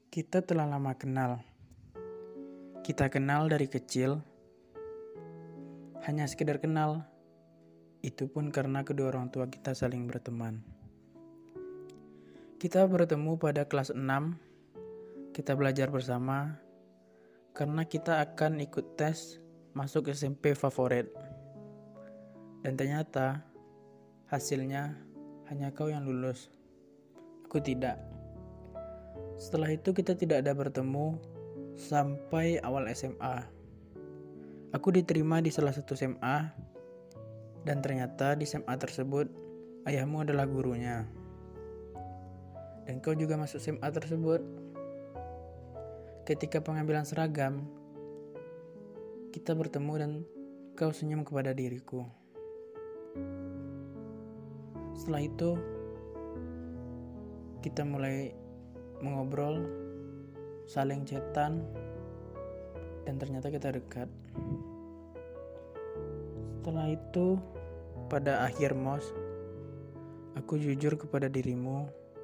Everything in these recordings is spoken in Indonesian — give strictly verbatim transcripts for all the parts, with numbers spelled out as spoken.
Kita telah lama kenal. Kita kenal dari kecil. Hanya sekedar kenal. Itu pun karena kedua orang tua kita saling berteman. Kita bertemu pada kelas enam. Kita belajar bersama karena kita akan ikut tes masuk S M P favorit. Dan ternyata hasilnya hanya kau yang lulus. Aku tidak. Setelah itu kita tidak ada bertemu sampai awal S M A. Aku diterima di salah satu S M A dan ternyata di S M A tersebut ayahmu adalah gurunya. Dan kau juga masuk S M A tersebut. Ketika pengambilan seragam, kita bertemu dan kau senyum kepada diriku. Setelah itu kita mulai mengobrol, saling chatan, dan ternyata kita dekat. Setelah itu, pada akhir M O S, aku jujur kepada dirimu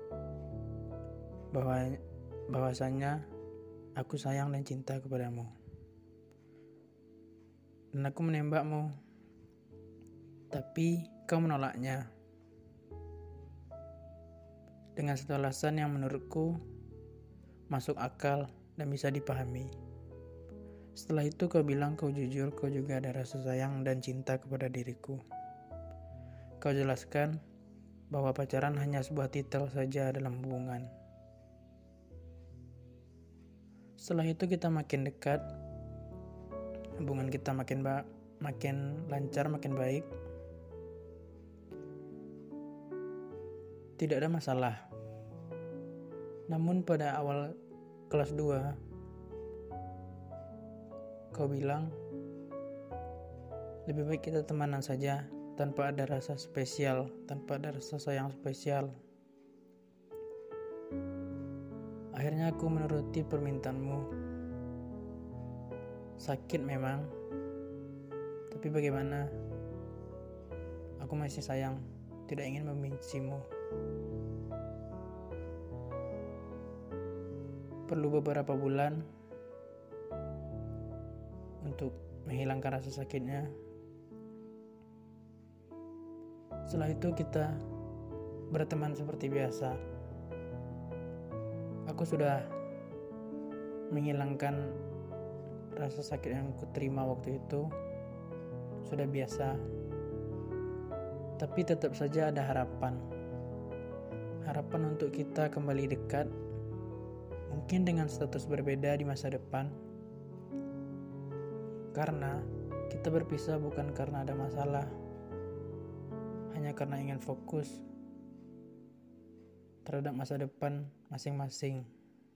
bahwa bahwasanya aku sayang dan cinta kepadamu. Dan aku menembakmu, tapi kau menolaknya. Dengan satu alasan yang menurutku masuk akal dan bisa dipahami. Setelah itu kau bilang kau jujur, kau juga ada rasa sayang dan cinta kepada diriku. Kau jelaskan bahwa pacaran hanya sebuah titel saja dalam hubungan. Setelah itu kita makin dekat, hubungan kita makin ba- makin lancar, makin baik. Tidak ada masalah. Namun pada awal kelas dua, kau bilang lebih baik kita temanan saja tanpa ada rasa spesial, tanpa ada rasa sayang spesial. Akhirnya aku menuruti permintaanmu. Sakit memang, tapi bagaimana? Aku masih sayang, tidak ingin membencimu. Perlu beberapa bulan untuk menghilangkan rasa sakitnya. Setelah itu kita berteman seperti biasa. Aku sudah menghilangkan rasa sakit yang kuterima waktu itu. Sudah biasa. Tapi tetap saja ada harapan. Harapan untuk kita kembali dekat. Mungkin dengan status berbeda di masa depan. Karena kita berpisah bukan karena ada masalah. Hanya karena ingin fokus terhadap masa depan masing-masing.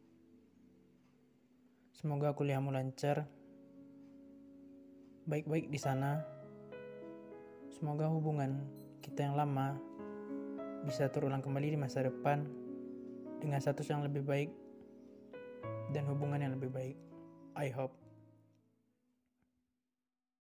Semoga kuliahmu lancar. Baik-baik di sana. Semoga hubungan kita yang lama bisa terulang kembali di masa depan dengan status yang lebih baik dan hubungan yang lebih baik. I hope.